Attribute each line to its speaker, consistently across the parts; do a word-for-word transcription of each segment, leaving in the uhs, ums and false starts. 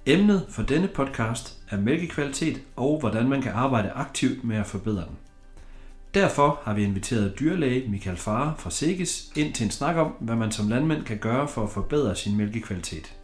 Speaker 1: Emnet for denne podcast er mælkekvalitet og hvordan man kan arbejde aktivt med at forbedre den. Derfor har vi inviteret dyrlæge Michael Farre fra Seges ind til en snak om, hvad man som landmand kan gøre for at forbedre sin mælkekvalitet.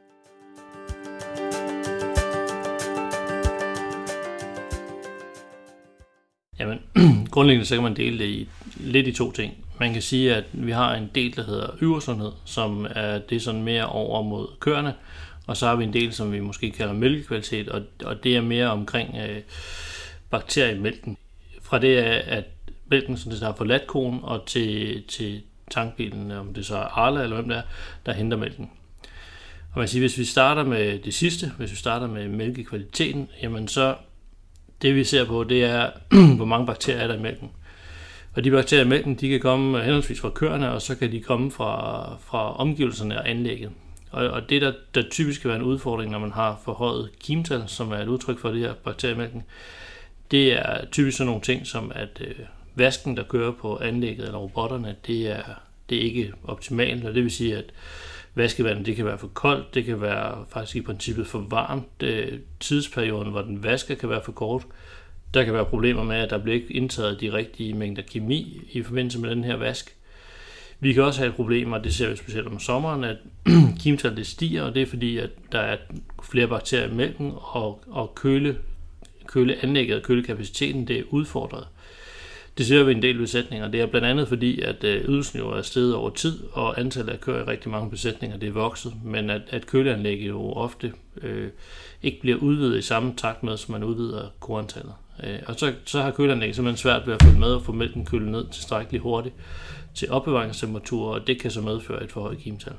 Speaker 2: Jamen, grundlæggende så kan man dele det i, lidt i to ting. Man kan sige, at vi har en del, der hedder yversundhed, som er det sådan mere over mod køerne, og så har vi en del, som vi måske kalder mælkekvalitet, og, og det er mere omkring øh, bakterier i mælken. Fra det af, at mælken sådan det har forladt koen, og til, til tankbilen, om det så er Arla eller hvem det er, der henter mælken. Og man kan sige, hvis vi starter med det sidste, hvis vi starter med mælkekvaliteten, jamen så det vi ser på, det er, hvor mange bakterier er der i mælken. Og de bakterier i mælken, de kan komme henholdsvis fra køerne, og så kan de komme fra, fra omgivelserne og anlægget. Og, og det, der, der typisk kan være en udfordring, når man har forhøjet kimtal, som er et udtryk for det her bakterier i mælken, det er typisk sådan nogle ting, som at øh, vasken, der kører på anlægget eller robotterne, det er, det er ikke optimalt, og det vil sige, at vaskevandet, det kan være for koldt, det kan være faktisk i princippet for varmt. Tidsperioden, hvor den vasker, kan være for kort. Der kan være problemer med, at der bliver ikke indtaget de rigtige mængder kemi i forbindelse med den her vask. Vi kan også have et problem, og det ser vi specielt om sommeren, at kimtallet stiger, og det er fordi, at der er flere bakterier i mælken, og, og køle, køleanlægget og kølekapaciteten, det er udfordret. Det ser vi en del besætninger. Det er blandt andet fordi, at ydelsen jo er steget over tid, og antallet af køer i rigtig mange besætninger, det er vokset, men at, at køleanlægget jo ofte øh, ikke bliver udvidet i samme takt med, som man udvider koantallet. Øh, og så, så har køleanlægget simpelthen svært ved at følge med og få mælken kølet ned tilstrækkeligt hurtigt til opbevaringstemperatur, og det kan så medføre et for højt kimtal.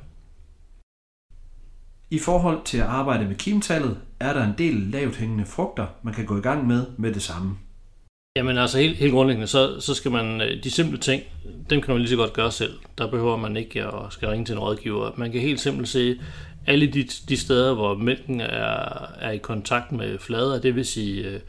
Speaker 1: I forhold til at arbejde med kimtallet, er der en del lavt hængende frugter, man kan gå i gang med med det samme.
Speaker 2: Jamen altså helt, helt grundlæggende, så, så skal man, de simple ting, dem kan man lige så godt gøre selv. Der behøver man ikke at skal ringe til en rådgiver. Man kan helt simpelt se alle de, de steder, hvor mælken er, er i kontakt med flader, det vil sige øh,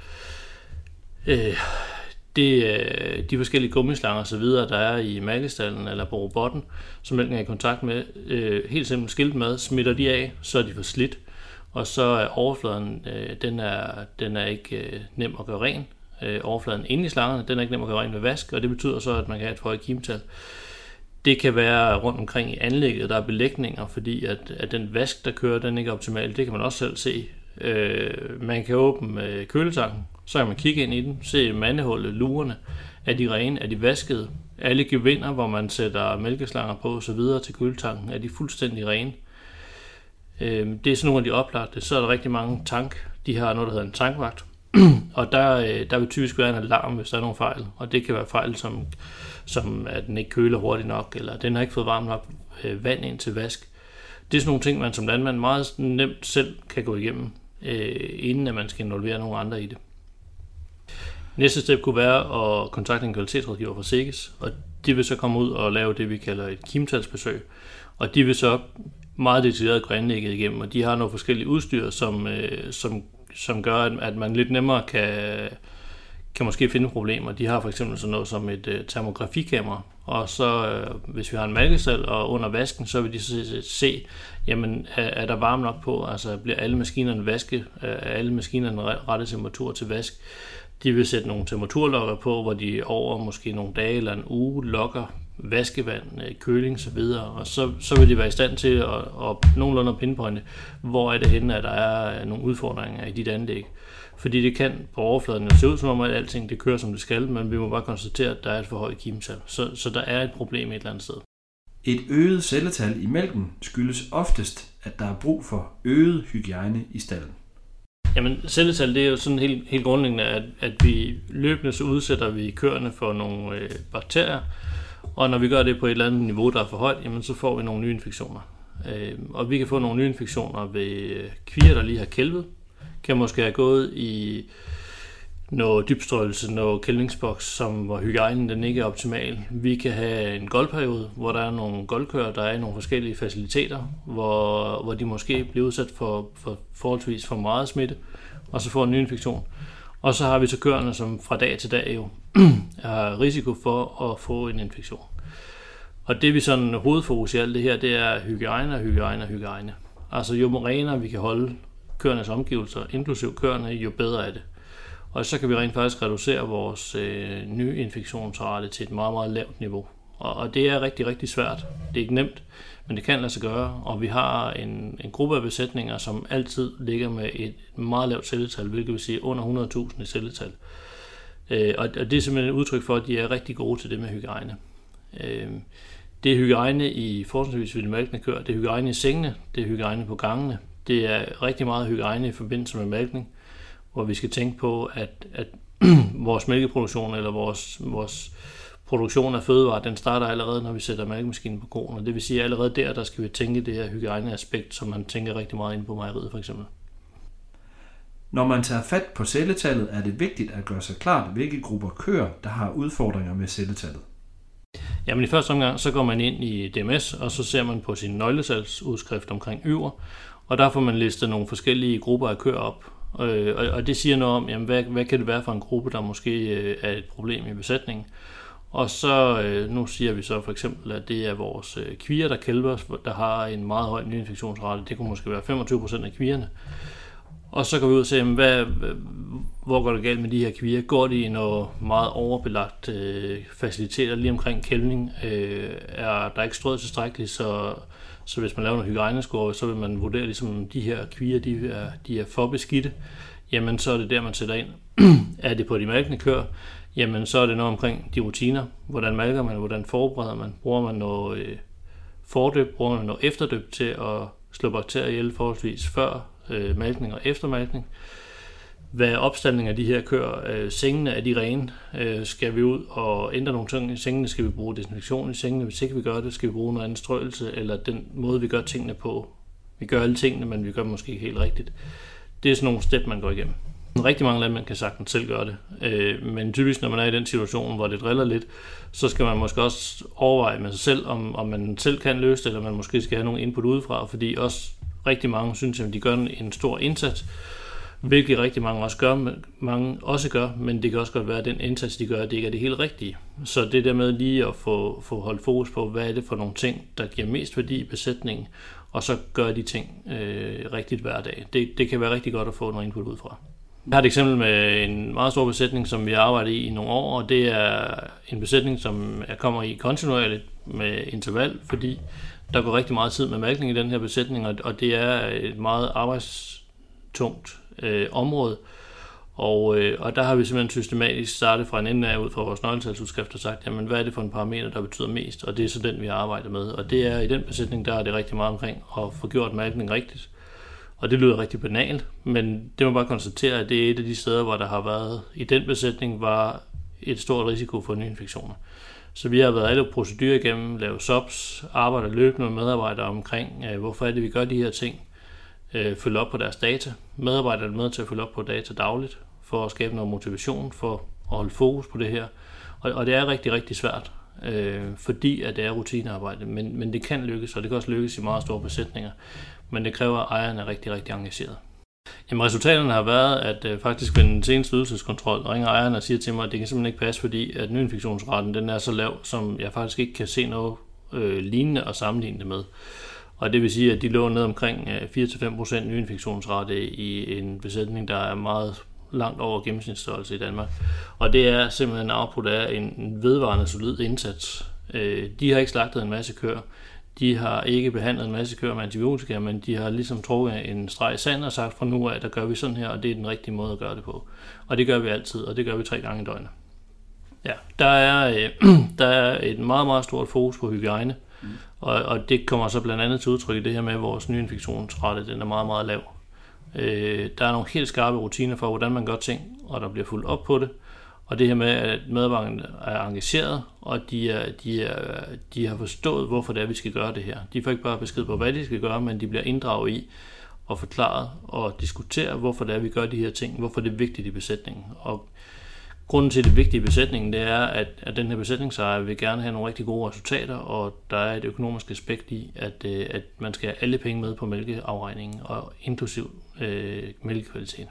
Speaker 2: øh, det, de forskellige gummislanger og så videre, der er i malkestallen eller på robotten, som mælken er i kontakt med, øh, helt simpelt skilt med, smitter de af, så er de for slidt, og så er overfladen, øh, den, er, den er ikke øh, nem at gøre ren. Overfladen inde i slangerne, den er ikke nem at gøre ren ved vask, og det betyder så, at man kan have et højt kimtal. Det kan være rundt omkring i anlægget, der er belægninger, fordi at, at den vask, der kører, den ikke er optimal. Det kan man også selv se. Øh, man kan åbne køletanken, så kan man kigge ind i den, se mandehullet, lurerne, er de rene, er de vaskede, alle gevinder, hvor man sætter mælkeslanger på, så videre til køletanken, er de fuldstændig rene. Øh, det er sådan nogle af de oplagte. Så er der rigtig mange tank, de har noget, der hedder en tankvagt, og der, der vil typisk være en alarm, hvis der er nogle fejl, og det kan være fejl, som, som at den ikke køler hurtigt nok, eller den har ikke fået varmt nok øh, vand ind til vask. Det er sådan nogle ting, man som landmand meget nemt selv kan gå igennem, øh, inden at man skal involvere nogle andre i det. Næste step kunne være at kontakte en kvalitetsrådgiver fra Seges, og de vil så komme ud og lave det, vi kalder et kimtalsbesøg, og de vil så meget detaljeret gå anlægget igennem, og de har nogle forskellige udstyr, som, øh, som som gør, at man lidt nemmere kan, kan måske finde problemer. De har for eksempel sådan noget som et uh, termografikamera, og så uh, hvis vi har en malkestal og under vasken, så vil de se, se jamen, er, er der varme nok på, altså bliver alle maskinerne vasket, er alle maskinerne rette temperatur til vask. De vil sætte nogle temperaturlokker på, hvor de over måske nogle dage eller en uge lokker vaskevand, køling og så videre, og så, så vil de være i stand til at, at nogenlunde pinpointe, hvor er det henne, at der er nogle udfordringer i dit anlæg. Fordi det kan på overfladen jo se ud som om, at alting det kører, som det skal, men vi må bare konstatere, at der er et for højt kimtal. Så, så der er et problem et eller andet sted.
Speaker 1: Et øget celletal i mælken skyldes oftest, at der er brug for øget hygiejne i stalden.
Speaker 2: Jamen, celletal, det er jo sådan helt, helt grundlæggende, at, at vi løbende så udsætter vi køerne for nogle øh, bakterier, og når vi gør det på et eller andet niveau, der er for højt, jamen, så får vi nogle nye infektioner. Øh, og vi kan få nogle nye infektioner ved kvier, der lige har kælvet, kan måske have gået i noget dybstrøelse, noget kælvingsboks, som, hvor hygiejnen den ikke er optimal. Vi kan have en goldperiode, hvor der er nogle goldkøer, der er i nogle forskellige faciliteter, hvor, hvor de måske bliver udsat for, for forholdsvis for meget smitte, og så får en ny infektion. Og så har vi så køerne, som fra dag til dag jo har risiko for at få en infektion. Og det vi sådan hovedfokus i alt det her, det er hygiejne, hygiejne, hygiejne. Altså jo renere vi kan holde køernes omgivelser, inklusiv køerne, jo bedre er det. Og så kan vi rent faktisk reducere vores øh, nye infektionsrate til et meget, meget lavt niveau. Og, og det er rigtig, rigtig svært. Det er ikke nemt, men det kan lade sig gøre. Og vi har en, en gruppe af besætninger, som altid ligger med et meget lavt celletal, hvilket vil sige under hundrede tusind i celletal. Øh, og, og det er simpelthen et udtryk for, at de er rigtig gode til det med hygiejne. Øh, det er hygiejne i forholdsvis vilde malkende køer, det er hygiejne i sengene, det er hygiejne på gangene. Det er rigtig meget hygiejne i forbindelse med malkning, hvor vi skal tænke på, at, at vores mælkeproduktion eller vores, vores produktion af fødevarer, den starter allerede, når vi sætter mælkemaskinen på koen. Og det vil sige, at allerede der, der skal vi tænke det her hygiejneaspekt, som man tænker rigtig meget inde på mejeriet for eksempel.
Speaker 1: Når man tager fat på celletallet, er det vigtigt at gøre sig klart, hvilke grupper køer, der har udfordringer med celletallet.
Speaker 2: Jamen i første omgang, så går man ind i D M S, og så ser man på sin nøglesalgsudskrift omkring yver, og der får man listet nogle forskellige grupper af køer op. Og det siger noget om, jamen, hvad, hvad kan det være for en gruppe, der måske er et problem i besætningen. Og så, nu siger vi så for eksempel, at det er vores kvier, der kælper, der har en meget høj nyinfektionsrate. Det kunne måske være femogtyve procent af kvierne. Og så går vi ud og se, hvad, hvor går det galt med de her kvier. Går de i noget meget overbelagt øh, faciliteter lige omkring kælvning? Øh, er der ikke strøget tilstrækkeligt, så, så hvis man laver noget hygiejnescore, så vil man vurdere, ligesom de her kvier, de er, de er for beskidte. Jamen så er det der, man sætter ind. Er det på de malkende køer? Jamen så er det noget omkring de rutiner. Hvordan malker man? Hvordan forbereder man? Bruger man noget øh, fordøb? Bruger man noget efterdøb til at slå bakterier ihjel forholdsvis før øh, malkning og efter malkning? Hvad er opstaldning af de her køer? Øh, sengene, er de rene? Øh, skal vi ud og ændre nogle ting i sengene? Skal vi bruge desinfektion i sengene? Hvis ikke vi gør det, skal vi bruge noget andet strøelse? Eller den måde, vi gør tingene på? Vi gør alle tingene, men vi gør dem måske ikke helt rigtigt. Det er sådan nogle step, man går igennem. Rigtig mange landmænd kan sagtens selv gøre det, øh, men typisk når man er i den situation, hvor det driller lidt, så skal man måske også overveje med sig selv, om, om man selv kan løse det, eller man måske skal have nogle input udefra, fordi også rigtig mange synes, at de gør en stor indsats, hvilket rigtig mange også gør, mange også gør, men det kan også godt være, at den indsats, de gør, det ikke er det helt rigtige. Så det der med lige at få, få holdt fokus på, hvad er det for nogle ting, der giver mest værdi i besætningen, og så gør de ting øh, rigtigt hver dag. Det, det kan være rigtig godt at få noget input udefra. Jeg har et eksempel med en meget stor besætning, som vi har arbejdet i i nogle år, og det er en besætning, som jeg kommer i kontinuerligt med interval, fordi der går rigtig meget tid med malkning i den her besætning, og det er et meget arbejdstungt øh, område. Og, øh, og der har vi simpelthen systematisk startet fra en ende af ud fra vores nøgletalsudskrift og sagt, jamen hvad er det for en parameter, der betyder mest, og det er så den, vi har arbejdet med. Og det er i den besætning, der er det rigtig meget omkring at få gjort malkning rigtigt. Og det lyder rigtig banalt, men det må bare konstatere, at det er et af de steder, hvor der har været, i den besætning, var et stort risiko for nyinfektioner. Så vi har været alle procedurer igennem, lavet S O Ps, arbejder løbende med medarbejdere omkring, hvorfor er det, vi gør de her ting, følge op på deres data. Medarbejdere er med til at følge op på data dagligt, for at skabe noget motivation, for at holde fokus på det her. Og, og det er rigtig, rigtig svært, øh, fordi at det er rutinearbejde, men, men det kan lykkes, og det kan også lykkes i meget store besætninger. Men det kræver, at ejeren er rigtig, rigtig engageret. Jamen, resultaterne har været, at øh, faktisk ved den seneste ydelseskontrol ringer ejeren og siger til mig, at det kan simpelthen ikke passe, fordi at nyinfektionsraten den er så lav, som jeg faktisk ikke kan se noget øh, lignende og sammenligne det med. Og det vil sige, at de lå ned omkring øh, fire til fem procent nyinfektionsrate i en besætning, der er meget langt over gennemsnitsstørrelse i Danmark. Og det er simpelthen output af en vedvarende solid indsats. Øh, de har ikke slagtet en masse køer. De har ikke behandlet en masse køer med antibiotika, men de har ligesom trukket en streg i sand og sagt, fra nu af, der gør vi sådan her, og det er den rigtige måde at gøre det på. Og det gør vi altid, og det gør vi tre gange i døgnet. Ja, der er, øh, der er et meget, meget stort fokus på hygiejne, mm. og, og det kommer så blandt andet til udtryk i det her med, at vores nyinfektionsrate, den er meget, meget lav. Øh, der er nogle helt skarpe rutiner for, hvordan man gør ting, og der bliver fulgt op på det. Og det her med, at medarbejderne er engageret, og de, er, de, er, de har forstået, hvorfor det er, vi skal gøre det her. De får ikke bare besked på, hvad de skal gøre, men de bliver inddraget i og forklaret og diskutere, hvorfor det er, vi gør de her ting, hvorfor det er vigtigt i besætningen. Og grunden til, det vigtige i besætningen, det er, at, at den her besætningsejer vil gerne have nogle rigtig gode resultater, og der er et økonomisk aspekt i, at, at man skal have alle penge med på mælkeafregningen, og inklusiv øh, mælkekvalitet.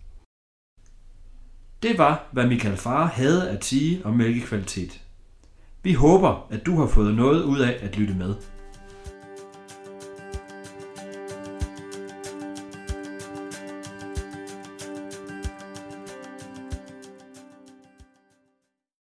Speaker 1: Det var, hvad Michael Farah havde at sige om mælkekvalitet. Vi håber, at du har fået noget ud af at lytte med.